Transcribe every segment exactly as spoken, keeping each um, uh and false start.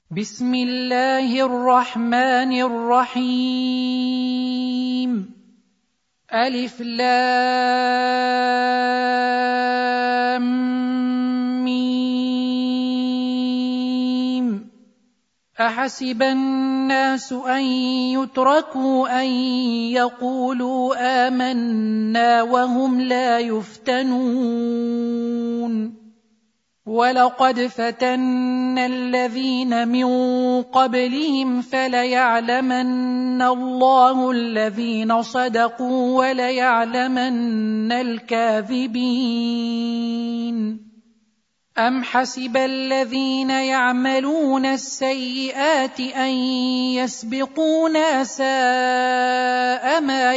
بسم الله الرحمن الرحيم. ألف لام ميم. أحسب الناس أن يتركوا أن يقولوا آمنا وهم لا يفتنون. ولقد فتنا الذين من قبلهم فليعلمن الله الذين صدقوا وليعلمن الكاذبين. أم حسب الذين يعملون السيئات أن يسبقونا ساء ما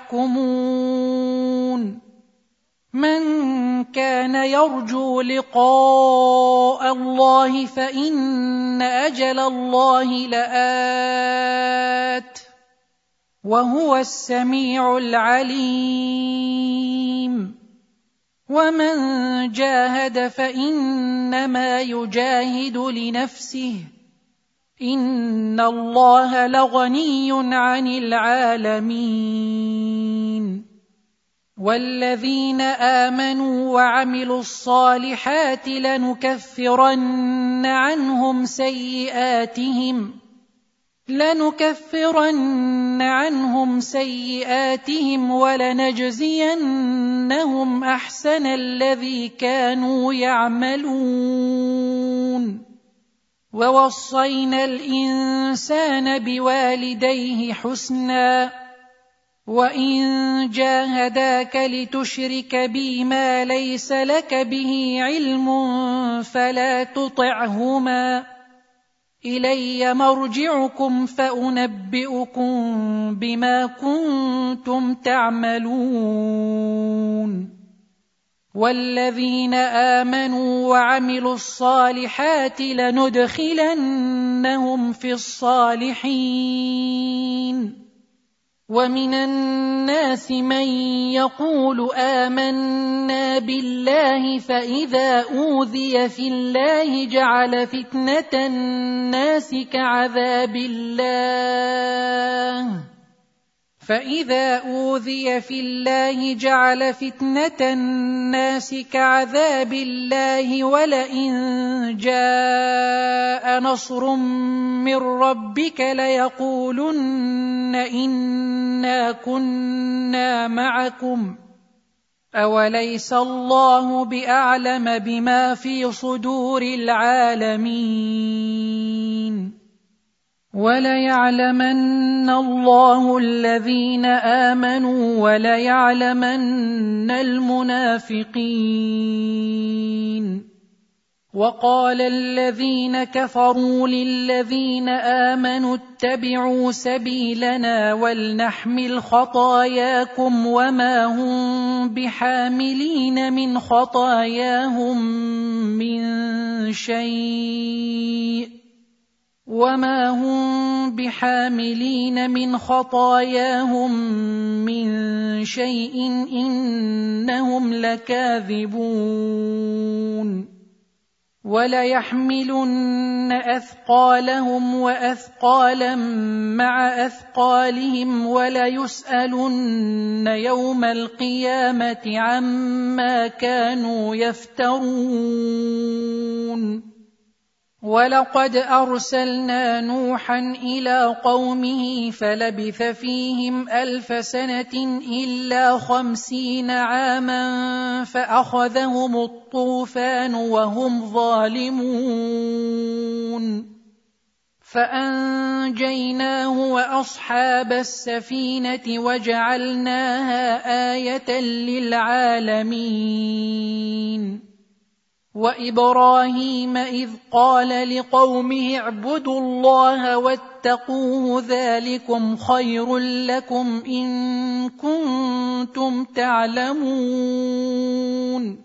يحكمون. من كان يرجو لقاء الله فإن أجل الله لآت وهو السميع العليم. ومن جاهد فإنما يجاهد لنفسه إن الله لغني عن العالمين. والذين آمنوا وعملوا الصالحات لنكفرن عنهم سيئاتهم لنكفرن عنهم سيئاتهم ولنجزينهم أحسن الذي كانوا يعملون. ووصينا الإنسان بوالديه حسنا وإن جاهداك لتشرك بي ما ليس لك به علم فلا تطعهما إلي مرجعكم فأنبئكم بما كنتم تعملون. والذين آمنوا وعملوا الصالحات لندخلنهم في الصالحين. ومن الناس من يقول آمنا بالله فإذا أوذي في الله جعل فتنة الناس كعذاب الله فإذا أوذي في الله جعل فتنة الناس كعذاب الله ولئن جاء نصر من ربك ليقولن إنا كنا معكم أوليس الله بأعلم بما في صدور العالمين. وليعلمن الله الذين آمنوا وليعلمن المنافقين. وقال الذين كفروا للذين آمنوا اتبعوا سبيلنا ولنحمل خطاياكم وما هم بحاملين من خطاياهم من شيء وما هم بحاملين من خطاياهم من شيء إنهم لكاذبون. وليحملن أثقالهم وأثقالا مع أثقالهم وليسألن يوم القيامة عما كانوا يفترون. ولقد أرسلنا نوحا إلى قومه فلبث فيهم ألف سنة إلا خمسين عاما فأخذهم الطوفان وهم ظالمون فأنجيناه وأصحاب السفينة وجعلناها آية للعالمين. وإبراهيم إذ قال لقومه اعبدوا الله واتقوه ذلكم خير لكم إن كنتم تعلمون.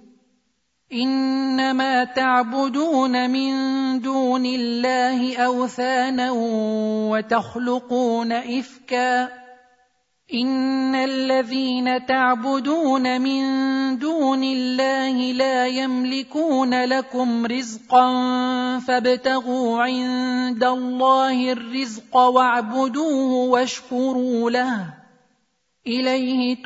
إنما تعبدون من دون الله أوثانا وتخلقون إفكا إن الذين تعبدون من دون الله لا يملكون لكم رزقا فابتغوا عند الله الرزق واعبدوه واشكروا له إليه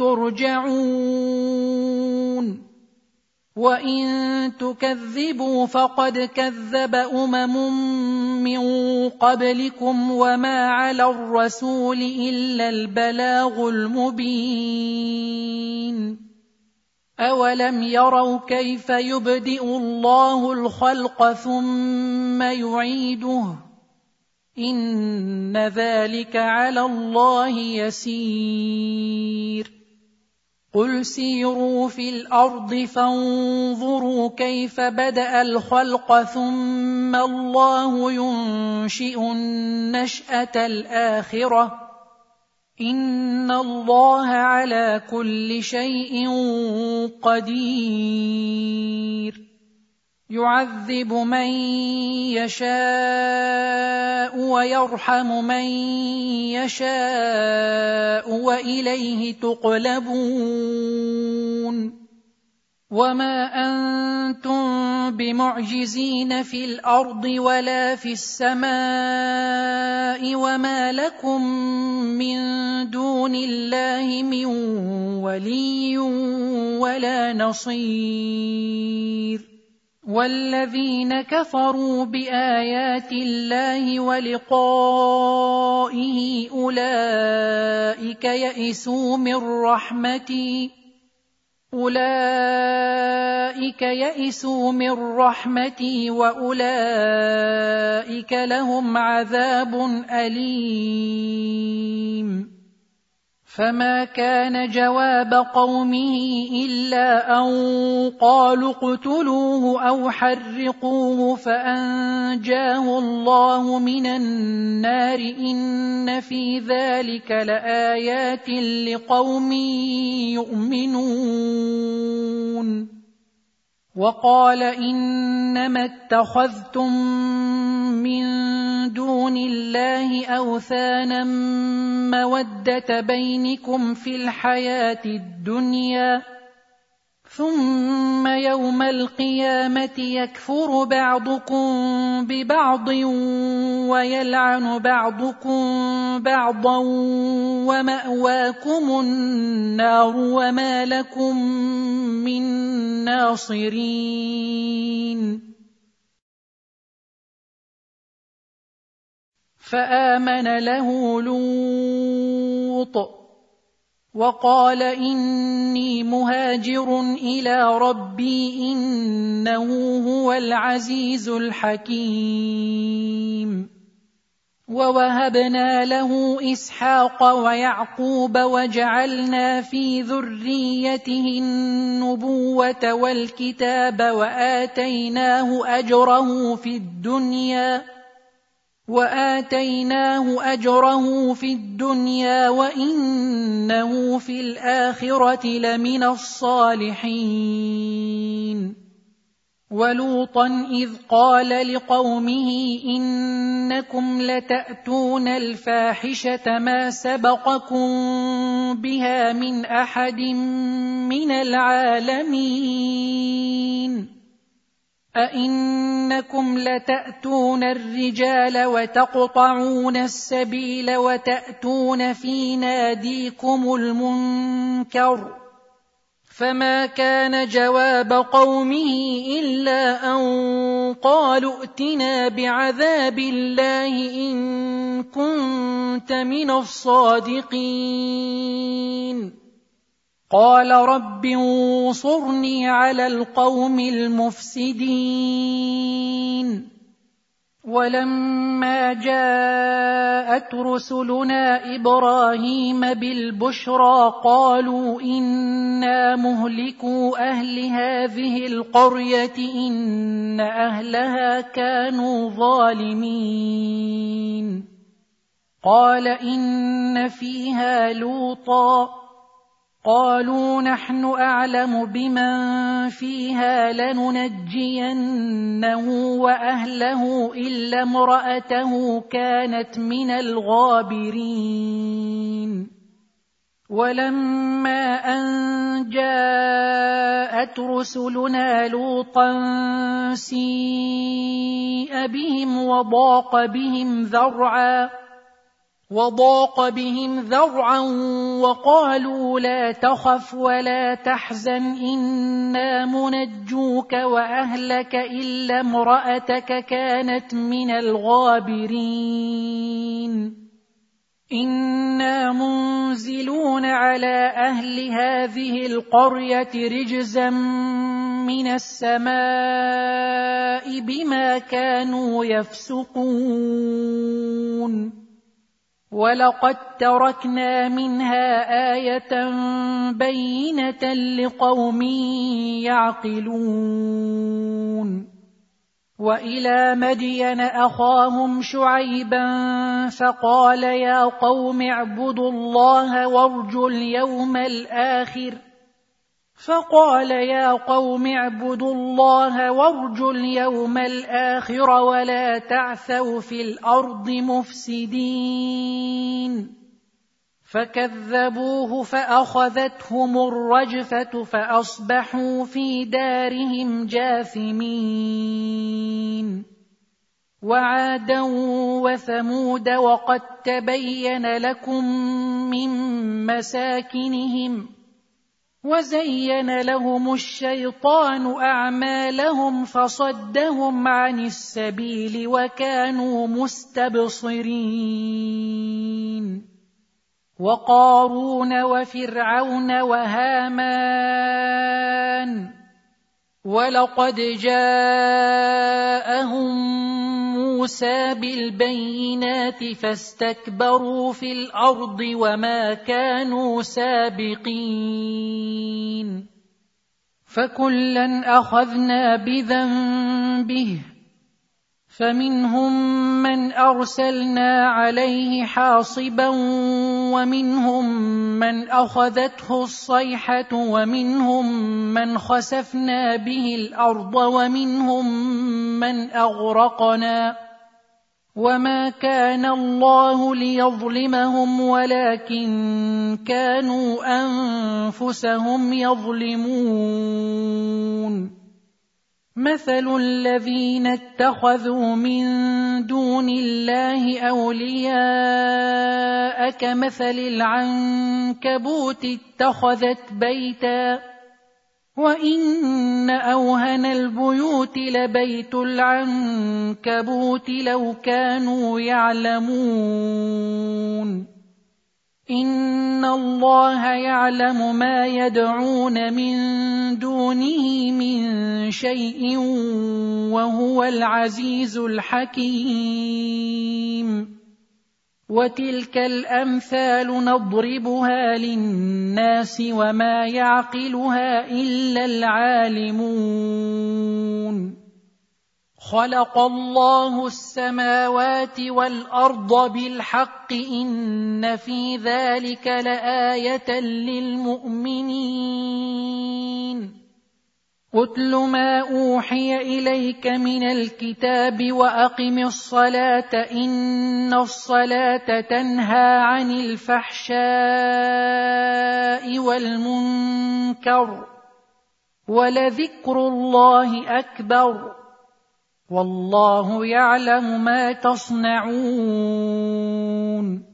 ترجعون وإن تكذبوا فقد كذب أمم من قبلكم وما على الرسول إلا البلاغ المبين أولم يروا كيف يبدئ الله الخلق ثم يعيده إن ذلك على الله يسير قل سيروا في الأرض فانظروا كيف بدأ الخلق ثم الله ينشئ النشأة الآخرة إن الله على كل شيء قدير يعذب من يشاء ويرحم من يشاء وإليه تقلبون وما أنتم بمعجزين في الأرض ولا في السماء وما لكم من دون الله من ولي ولا نصير والذين كفروا بآيات الله ولقائه أولئك يئسوا من رحمتي أولئك يئسوا من رحمتي وأولئك لهم عذاب أليم فما كان جواب قومه إلا أن قالوا اقتلوه أو حرقوه فأنجاه الله من النار إن في ذلك لآيات لقوم يؤمنون وقال إنما اتخذتم من دون الله أوثانا مودة بينكم في الحياة الدنيا ثم يوم القيامة يكفر بعضكم ببعض ويلعن بعضكم بعضا ومأواكم النار وما لكم من ناصرين فآمن له لوط وقال إني مهاجر إلى ربي إنه هو العزيز الحكيم ووهبنا له إسحاق ويعقوب وجعلنا في ذريته النبوة والكتاب وآتيناه أجره في الدنيا وآتيناه أجره في الدنيا وإنه في الآخرة لمن الصالحين ولوطا إذ قال لقومه إنكم لتأتون الفاحشة ما سبقكم بها من أحد من العالمين أئنكم لتأتون الرجال وتقطعون السبيل وتأتون في ناديكم المنكر فما كان جواب قومه إلا أن قالوا ائتنا بعذاب الله إن كنت من الصادقين قال رب انصرني على القوم المفسدين ولما جاءت رسلنا إبراهيم بالبشرى قالوا إنا مهلكو أهل هذه القرية إن أهلها كانوا ظالمين قال إن فيها لوطا قالوا نحن أعلم بمن فيها لننجينه وأهله إلا امرأته كانت من الغابرين ولما أن جاءت رسلنا لوطا سيء بهم وضاق بهم ذرعا وضاق بهم ذرعا وقالوا لا تخف ولا تحزن إنا منجوك وأهلك إلا امرأتك كانت من الغابرين إنا منزلون على أهل هذه القرية رجزا من السماء بما كانوا يفسقون ولقد تركنا منها آية بينة لقوم يعقلون وإلى مدين أخاهم شعيبا فقال يا قوم اعبدوا الله وارجوا اليوم الآخر فقال يا قوم اعبدوا الله وارجوا اليوم الآخر ولا تعثوا في الأرض مفسدين فكذبوه فأخذتهم الرجفة فأصبحوا في دارهم جاثمين وعادا وثمود وقد تبين لكم من مساكنهم وزين لهم الشيطان أعمالهم فصدهم عن السبيل وكانوا مستبصرين وقارون وفرعون وهامان ولقد جاءهم موسى بالبينات فاستكبروا في الأرض وما كانوا سابقين فكلا أخذنا بذنبه فمنهم من أرسلنا عليه حاصبا ومنهم من أخذته الصيحة ومنهم من خسفنا به الأرض ومنهم من أغرقنا وما كان الله ليظلمهم ولكن كانوا أنفسهم يظلمون مثل الذين اتخذوا من دون الله أولياء كمثل العنكبوت اتخذت بيتا وإن أوهن البيوت لبيت العنكبوت لو كانوا يعلمون إن الله يعلم ما يدعون من دونه من شيء وهو العزيز الحكيم وتلك الأمثال نضربها للناس وما يعقلها إلا العالمون خلق الله السماوات والأرض بالحق إن في ذلك لآية للمؤمنين أتل ما أوحي إليك من الكتاب وأقم الصلاة إن الصلاة تنهى عن الفحشاء والمنكر ولذكر الله أكبر والله يعلم ما تصنعون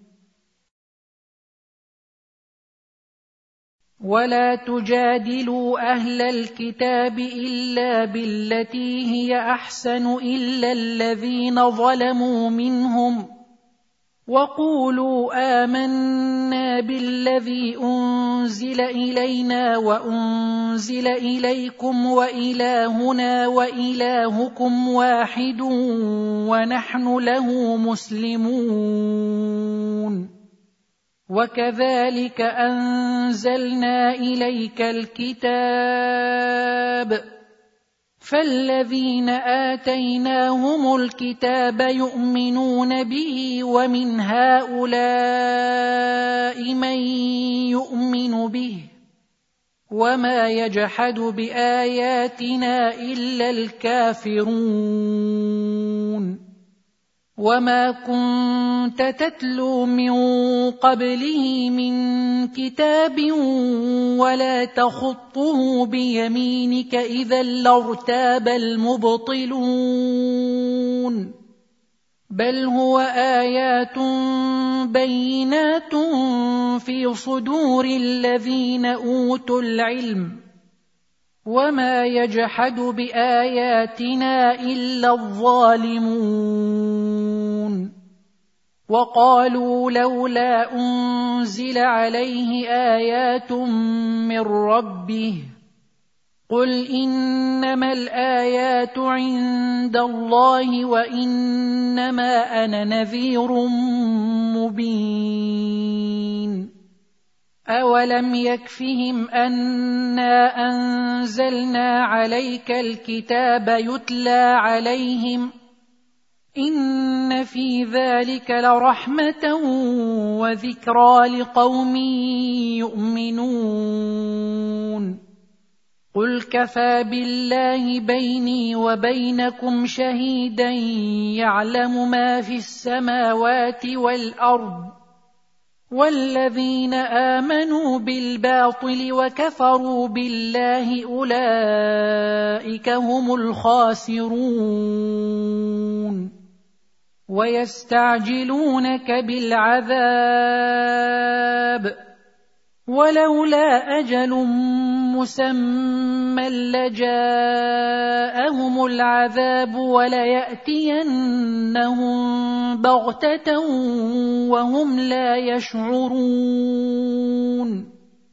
ولا تجادلوا أهل الكتاب إلا بالتي هي أحسن إلا الذين ظلموا منهم وقولوا آمنا بالذي أنزل إلينا وأنزل إليكم وإلهنا وإلهكم واحد ونحن له مسلمون وكذلك أنزلنا إليك الكتاب فالذين آتيناهم الكتاب يؤمنون به ومن هؤلاء من يؤمن به وما يجحد بآياتنا إلا الكافرون وما كنت تتلو من قبله من كتاب ولا تخطه بيمينك إذا لارتاب المبطلون بل هو آيات بينات في صدور الذين أوتوا العلم وما يجحد بآياتنا إلا الظالمون وقالوا لولا أنزل عليه آيات من ربه قل إنما الآيات عند الله وإنما أنا نذير مبين أولم يكفهم أنا أنزلنا عليك الكتاب يتلى عليهم إن في ذلك لرحمة وذكرى لقوم يؤمنون قل كفى بالله بيني وبينكم شهيدا يعلم ما في السماوات والأرض والذين آمنوا بالباطل وكفروا بالله أولئك هم الخاسرون ويستعجلونك بالعذاب ولولا أجل مسمى لجاءهم العذاب وليأتينهم بغتة وهم لا يشعرون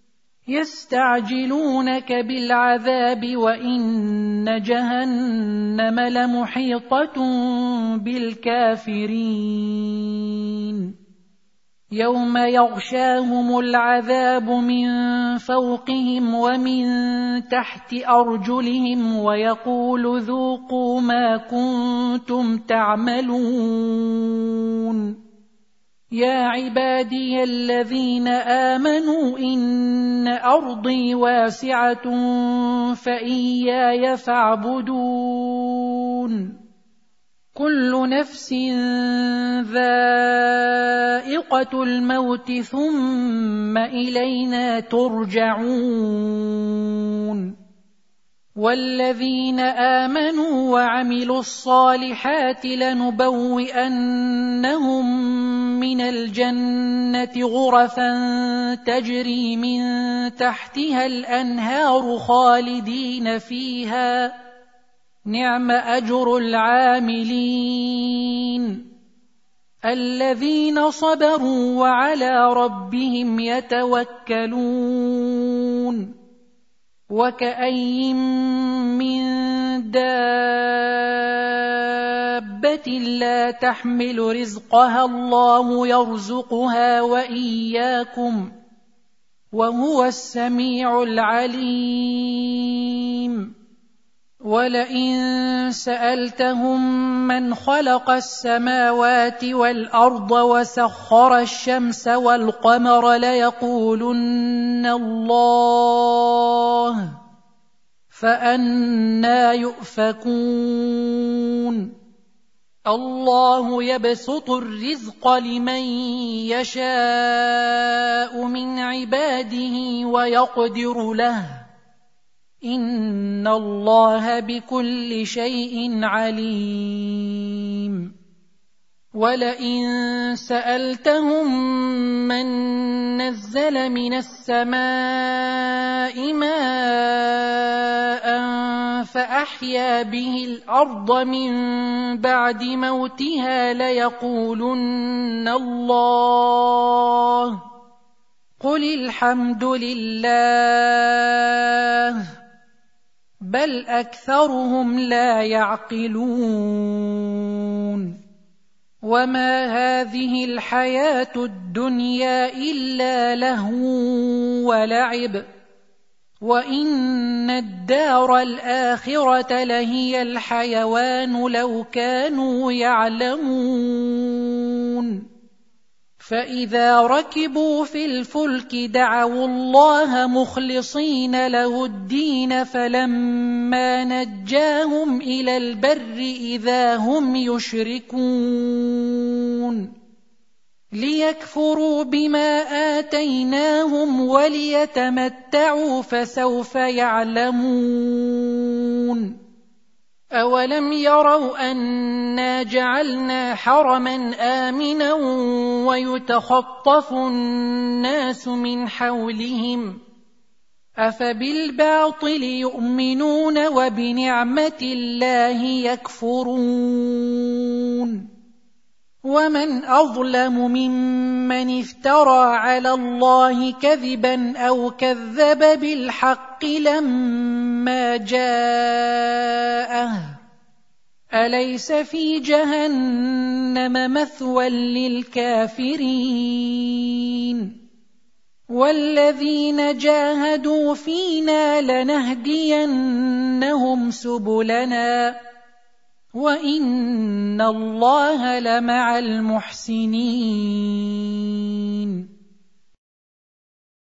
يستعجلونك بالعذاب وإن جهنم لمحيطة بالكافرين يوم يغشاهم العذاب من فوقهم ومن تحت أرجلهم ويقول ذوقوا ما كنتم تعملون يا عبادي الذين آمنوا إن أرضي واسعة فإياي فاعبدون كل نفس ذائقة الموت ثم إلينا ترجعون والذين آمنوا وعملوا الصالحات لنبوئنهم من الجنة غرفا تجري من تحتها الأنهار خالدين فيها نعم أجر العاملين الذين صبروا وعلى ربهم يتوكلون وكأين من دابة لا تحمل رزقها الله يرزقها وإياكم وهو السميع العليم ولئن سألتهم من خلق السماوات والأرض وسخر الشمس والقمر ليقولن الله فأنى يؤفكون الله يبسط الرزق لمن يشاء من عباده ويقدر له إن الله بكل شيء عليم ولئن سألتهم من نزل من السماء ماء فأحيا به الأرض من بعد موتها ليقولن الله قل الحمد لله بل أكثرهم لا يعقلون وما هذه الحياة الدنيا إلا لهو ولعب وإن الدار الآخرة لهي الحيوان لو كانوا يعلمون فإذا ركبوا في الفلك دعوا الله مخلصين له الدين فلما نجاهم إلى البر إذا هم يشركون ليكفروا بما آتيناهم وليتمتعوا فسوف يعلمون أولم يروا أنا جعلنا حرما آمنا ويتخطف الناس من حولهم أفبالباطل يؤمنون وبنعمة الله يكفرون ومن أظلم ممن افترى على الله كذبا أو كذب بالحق لما جاءه أليس في جهنم مثوى للكافرين والذين جاهدوا فينا لنهدينهم سبلنا وإن الله لمع المحسنين